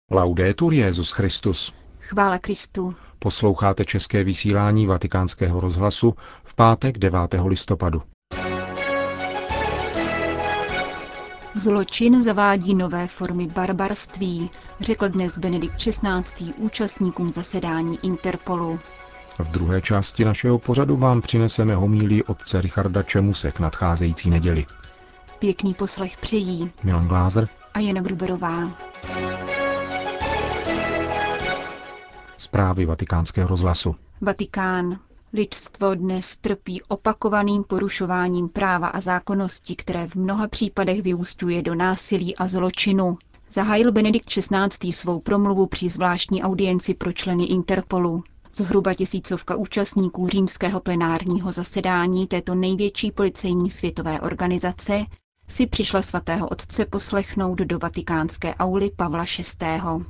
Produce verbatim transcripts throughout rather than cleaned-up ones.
Laudetur Jesus Christus. Chvála Kristu. Posloucháte české vysílání Vatikánského rozhlasu v pátek devátého listopadu. Zločin zavádí nové formy barbarství, řekl dnes Benedikt šestnáctý účastníkům zasedání Interpolu. V druhé části našeho pořadu vám přineseme homílii otce Richarda Čemuse k nadcházející neděli. Pěkný poslech přejí Milan Glázer a Jana Gruberová. Zprávy Vatikánského rozhlasu. Vatikán. Lidstvo dnes trpí opakovaným porušováním práva a zákonnosti, které v mnoha případech vyúsťuje do násilí a zločinu. Zahájil Benedikt šestnáctý svou promluvu při zvláštní audienci pro členy Interpolu. Zhruba tisícovka účastníků římského plenárního zasedání této největší policejní světové organizace si přišla svatého otce poslechnout do vatikánské auly Pavla šestého.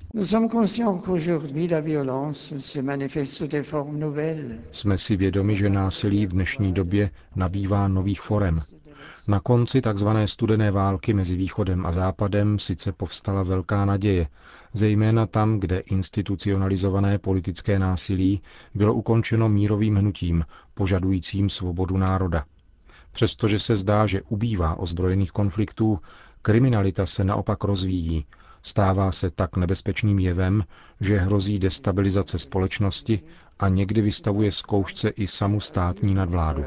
Jsme si vědomi, že násilí v dnešní době nabývá nových forem. Na konci tzv. Studené války mezi východem a západem sice povstala velká naděje, zejména tam, kde institucionalizované politické násilí bylo ukončeno mírovým hnutím, požadujícím svobodu národa. Přestože se zdá, že ubývá ozbrojených konfliktů, kriminalita se naopak rozvíjí, stává se tak nebezpečným jevem, že hrozí destabilizace společnosti a někdy vystavuje zkoušce i samu státní nadvládu.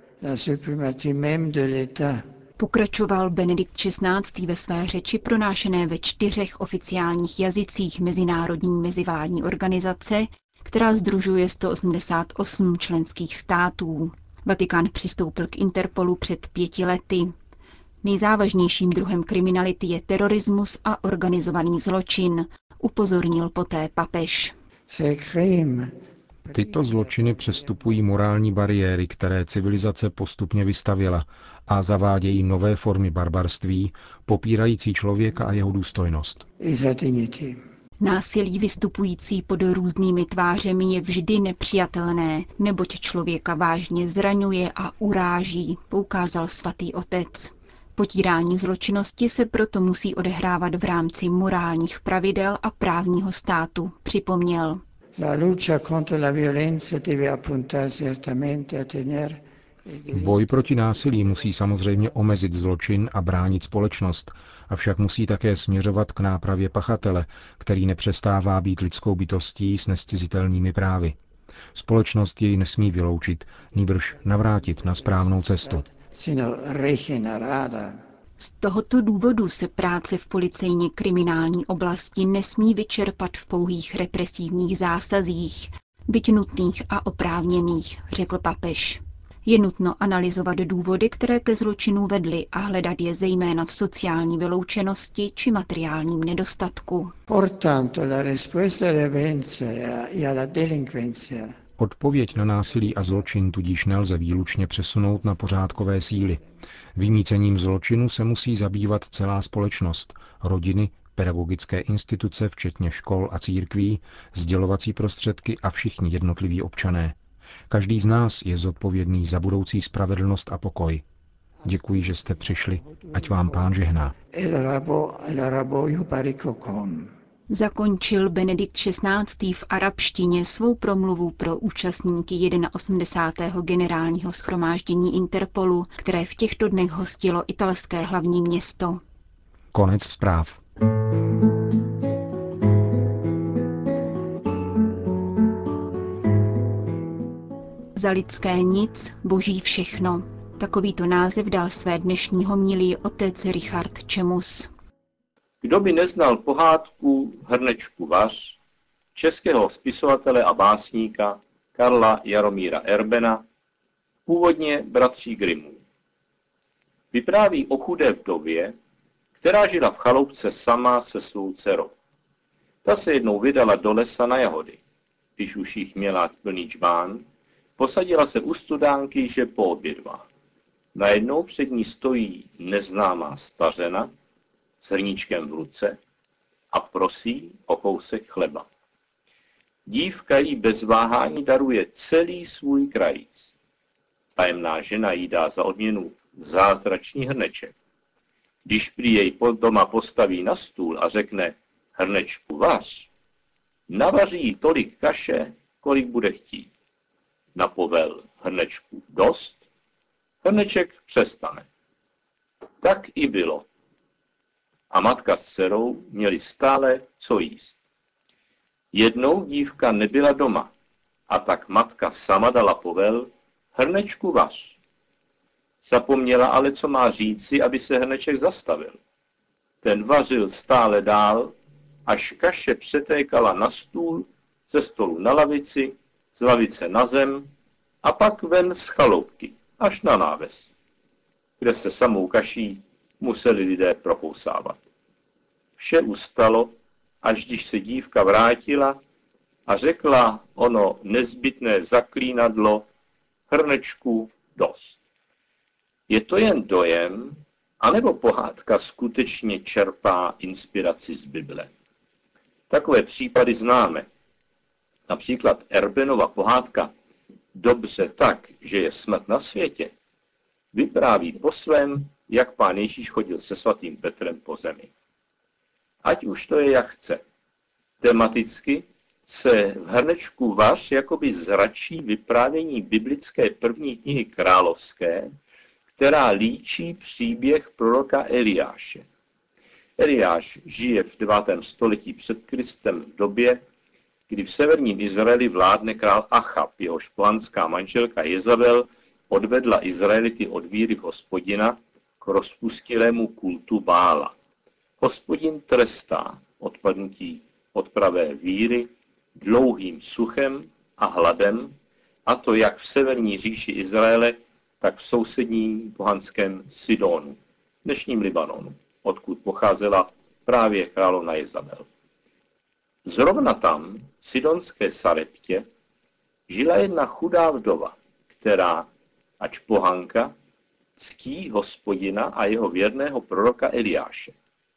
Pokračoval Benedikt šestnáctý ve své řeči pronášené ve čtyřech oficiálních jazycích mezinárodní mezivládní organizace, která sdružuje sto osmdesát osm členských států. Vatikán přistoupil k Interpolu před pěti lety. Nejzávažnějším druhem kriminality je terorismus a organizovaný zločin, upozornil poté papež. Tyto zločiny přestupují morální bariéry, které civilizace postupně vystavěla, a zavádějí nové formy barbarství, popírající člověka a jeho důstojnost. Násilí vystupující pod různými tvářemi je vždy nepřijatelné, neboť člověka vážně zraňuje a uráží, poukázal svatý otec. Potírání zločinnosti se proto musí odehrávat v rámci morálních pravidel a právního státu, připomněl. Boj proti násilí musí samozřejmě omezit zločin a bránit společnost, avšak musí také směřovat k nápravě pachatele, který nepřestává být lidskou bytostí s nezcizitelnými právy. Společnost jej nesmí vyloučit, nýbrž navrátit na správnou cestu. Z tohoto důvodu se práce v policejně kriminální oblasti nesmí vyčerpat v pouhých represivních zásazích, byť nutných a oprávněných, řekl papež. Je nutno analyzovat důvody, které ke zločinu vedly, a hledat je zejména v sociální vyloučenosti či materiálním nedostatku. Odpověď na násilí a zločin tudíž nelze výlučně přesunout na pořádkové síly. Vymýcením zločinu se musí zabývat celá společnost, rodiny, pedagogické instituce, včetně škol a církví, sdělovací prostředky a všichni jednotliví občané. Každý z nás je zodpovědný za budoucí spravedlnost a pokoj. Děkuji, že jste přišli, ať vám Pán žehná. Zakončil Benedikt šestnáctý v arabštině svou promluvu pro účastníky osmdesátého prvního generálního shromáždění Interpolu, které v těchto dnech hostilo italské hlavní město. Konec zpráv. Za lidské nic, boží všechno. Takovýto název dal své dnešní homílii otec Richard Čemus. Kdo by neznal pohádku Hrnečku vař českého spisovatele a básníka Karla Jaromíra Erbena, původně bratří Grimmů. Vypráví o chudé vdově, která žila v chaloupce sama se svou dcerou. Ta se jednou vydala do lesa na jahody. Když už jich měla plný džbán, posadila se u studánky, že poobědvá. Najednou před ní stojí neznámá stařena s hrníčkem v ruce a prosí o kousek chleba. Dívka jí bez váhání daruje celý svůj krajíc. Tajemná žena jí dá za odměnu zázračný hrneček. Když prý jej doma postaví na stůl a řekne hrnečku vař, navaří tolik kaše, kolik bude chtít. Na povel hrnečku dost, hrneček přestane. Tak i bylo. A matka s dcerou měli stále co jíst. Jednou dívka nebyla doma, a tak matka sama dala povel, hrnečku vař. Zapomněla ale, co má říci, aby se hrneček zastavil. Ten vařil stále dál, až kaše přetékala na stůl, ze stolu na lavici, z lavice na zem a pak ven z chaloupky, až na náves, kde se samou kaší museli lidé prokousávat. Vše ustalo, až když se dívka vrátila a řekla ono nezbytné zaklínadlo hrnečku dost. Je to jen dojem, anebo pohádka skutečně čerpá inspiraci z Bible? Takové případy známe. Například Erbenova pohádka Dobře tak, že je smrt na světě, vypráví po svém, jak pán Ježíš chodil se svatým Petrem po zemi. Ať už to je jak chce. Tematicky se v hrnečku vař jakoby zračí vyprávění biblické první knihy královské, která líčí příběh proroka Eliáše. Eliáš žije v devátém století před Kristem v době, kdy v severním Izraeli vládne král Achab, jehož pohanská manželka Jezabel odvedla Izraelity od víry v Hospodina k rozpustilému kultu Bála. Hospodin trestá odpadnutí od pravé víry dlouhým suchem a hladem, a to jak v severní říši Izraele, tak v sousedním pohanském Sidonu, dnešním Libanonu, odkud pocházela právě královna Jezabel. Zrovna tam, v sidonské Sareptě, žila jedna chudá vdova, která, ač pohanka, ctí Hospodina a jeho věrného proroka Eliáše.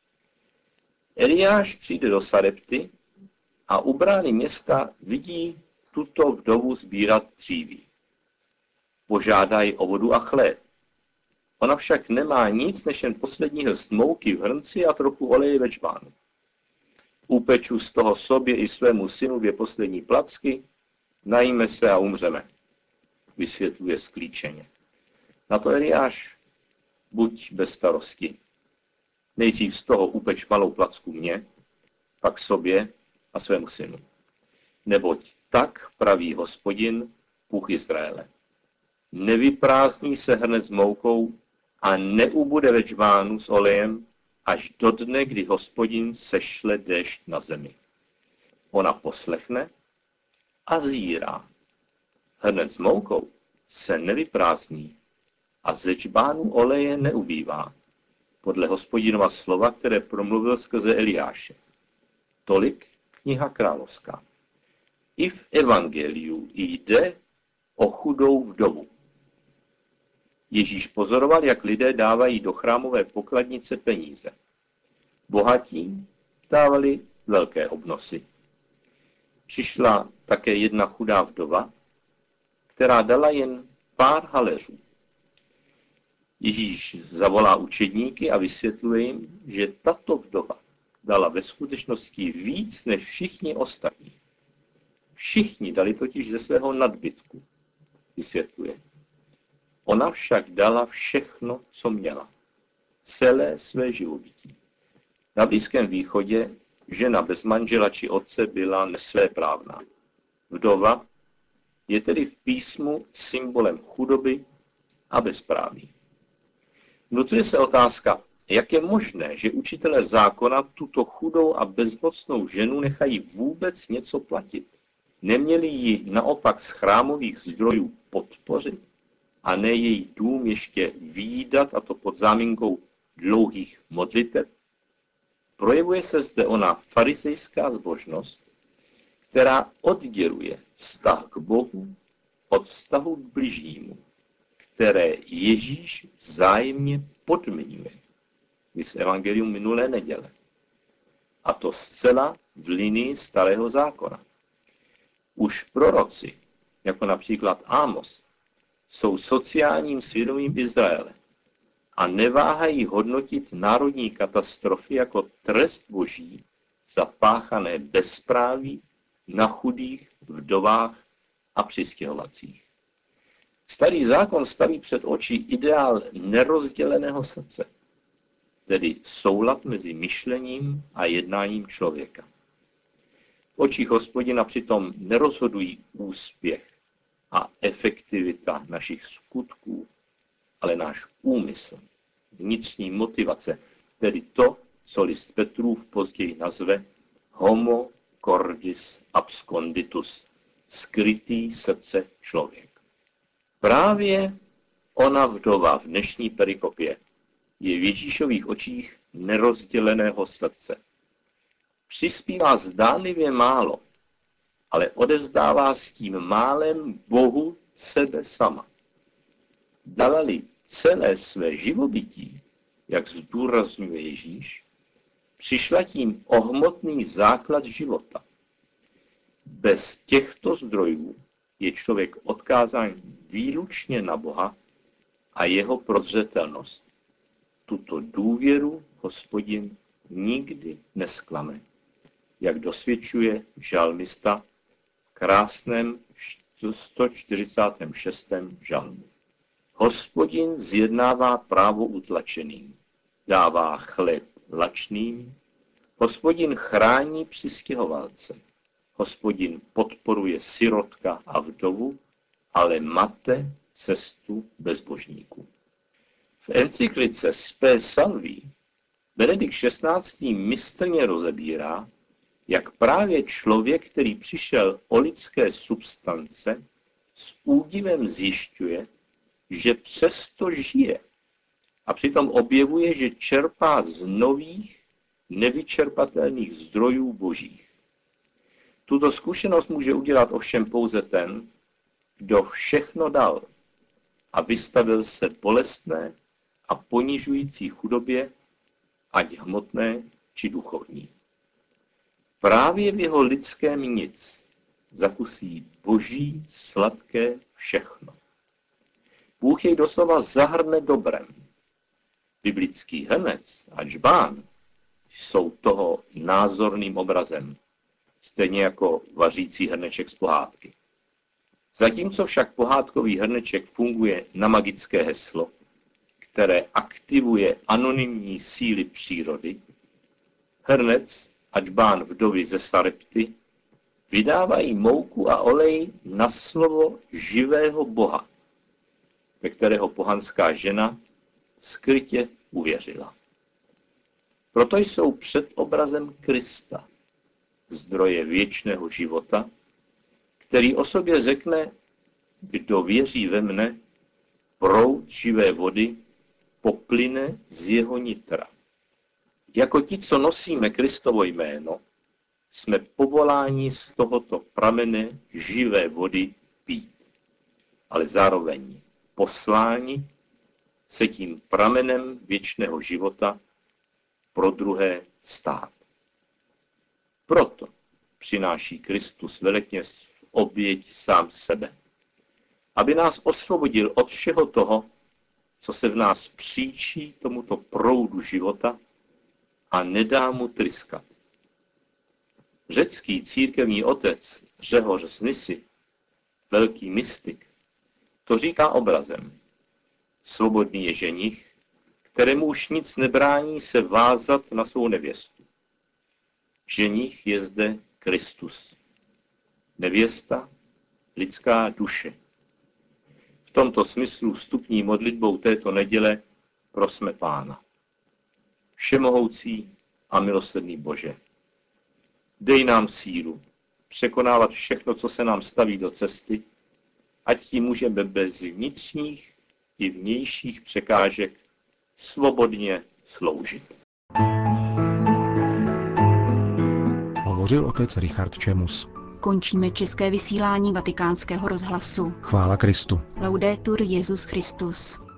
Eliáš přijde do Sarepty a u brány města vidí tuto vdovu sbírat dříví. Požádají o vodu a chléb. Ona však nemá nic než jen poslední hrst mouky v hrnci a trochu oleje ve čbánu. Upeču z toho sobě i svému synu dvě poslední placky, najíme se a umřeme, vysvětluje sklíčeně. Na to Eliáš, buď bez starosti. Nejdřív z toho upeč malou placku mně, pak sobě a svému synu. Neboť tak praví Hospodin, Bůh Izraele. Nevyprázdní se hrnec s moukou a neubude ve čbánu s olejem, až do dne, kdy Hospodin sešle déšť na zemi. Ona poslechne a zírá. Hrnec s moukou se nevyprázdní a ze čbánu oleje neubývá, podle Hospodinova slova, které promluvil skrze Eliáše. Tolik kniha královská. I v evangeliu jde o chudou vdovu. Ježíš pozoroval, jak lidé dávají do chrámové pokladnice peníze. Bohatí dávali velké obnosy. Přišla také jedna chudá vdova, která dala jen pár haléřů. Ježíš zavolá učedníky a vysvětluje jim, že tato vdova dala ve skutečnosti víc než všichni ostatní. Všichni dali totiž ze svého nadbytku, vysvětluje. Ona však dala všechno, co měla. Celé své živobytí. Na Blízkém východě žena bez manžela či otce byla nesvéprávná. Vdova je tedy v písmu symbolem chudoby a bezpráví. Vnucuje se otázka, jak je možné, že učitelé zákona tuto chudou a bezmocnou ženu nechají vůbec něco platit. Neměli ji naopak z chrámových zdrojů podpořit a ne její dům ještě výdat, a to pod záminkou dlouhých modliteb? Projevuje se zde ona farizejská zbožnost, která odděluje vztah k Bohu od vztahu k bližnímu, které Ježíš vzájemně podmiňuje. Viz evangelium minulé neděle. A to zcela v linii Starého zákona. Už proroci, jako například Ámos, jsou sociálním svědomím Izraele a neváhají hodnotit národní katastrofy jako trest boží za páchané bezpráví na chudých, vdovách a přistěhovacích. Starý zákon staví před oči ideál nerozděleného srdce, tedy soulad mezi myšlením a jednáním člověka. V očích Hospodina přitom nerozhodují úspěch a efektivita našich skutků, ale náš úmysl, vnitřní motivace, tedy to, co list Petrův později nazve homo cordis absconditus, skrytý srdce člověk. Právě ona vdova v dnešní perikopě je v Ježíšových očích nerozděleného srdce. Přispívá zdánlivě málo, ale odevzdává s tím málem Bohu sebe sama. Dala-li celé své živobytí, jak zdůrazňuje Ježíš, přišla tím o hmotný základ života. Bez těchto zdrojů je člověk odkázán výlučně na Boha a jeho prozřetelnost. Tuto důvěru Hospodin nikdy nesklame, jak dosvědčuje žalmista v krásném sto čtyřicátém šestém žalmu. Hospodin zjednává právo utlačeným, dává chléb lačným, Hospodin chrání přistěhovalce, Hospodin podporuje sirotka a vdovu, ale mate cestu bezbožníků. V encyklice Spe Salvi Benedikt šestnáctý mistrně rozebírá, jak právě člověk, který přišel o lidské substance, s údivem zjišťuje, že přesto žije a přitom objevuje, že čerpá z nových, nevyčerpatelných zdrojů božích. Tuto zkušenost může udělat ovšem pouze ten, kdo všechno dal a vystavil se bolestné a ponižující chudobě, ať hmotné či duchovní. Právě v jeho lidském nic zakusí boží sladké všechno. Bůh jej doslova zahrne dobrem. Biblický hrnec a džbán jsou toho názorným obrazem, stejně jako vařící hrneček z pohádky. Zatímco však pohádkový hrneček funguje na magické heslo, které aktivuje anonymní síly přírody, hrnec a džbán vdovy ze Sarepty vydávají mouku a olej na slovo živého Boha, ve kterého pohanská žena skrytě uvěřila. Proto jsou před obrazem Krista, zdroje věčného života, který o sobě řekne, kdo věří ve mne, proud živé vody poplyne z jeho nitra. Jako ti, co nosíme Kristovo jméno, jsme povoláni z tohoto pramene živé vody pít, ale zároveň posláni se tím pramenem věčného života pro druhé stát. Proto přináší Kristus velekněz v oběť sám sebe, aby nás osvobodil od všeho toho, co se v nás příčí tomuto proudu života a nedá mu tryskat. Řecký církevní otec Řehoř z Nysy, velký mystik, to říká obrazem. Svobodný je ženich, kterému už nic nebrání se vázat na svou nevěstu. Ženich je zde Kristus. Nevěsta, lidská duše. V tomto smyslu vstupní modlitbou této neděle prosme Pána. Všemohoucí a milosrdný Bože, dej nám sílu překonávat všechno, co se nám staví do cesty, ať tím můžeme bez vnitřních i vnějších překážek svobodně sloužit. Hovořil otec Richard Čemus. Končíme české vysílání Vatikánského rozhlasu. Chvála Kristu. Laudetur Jesus Christus.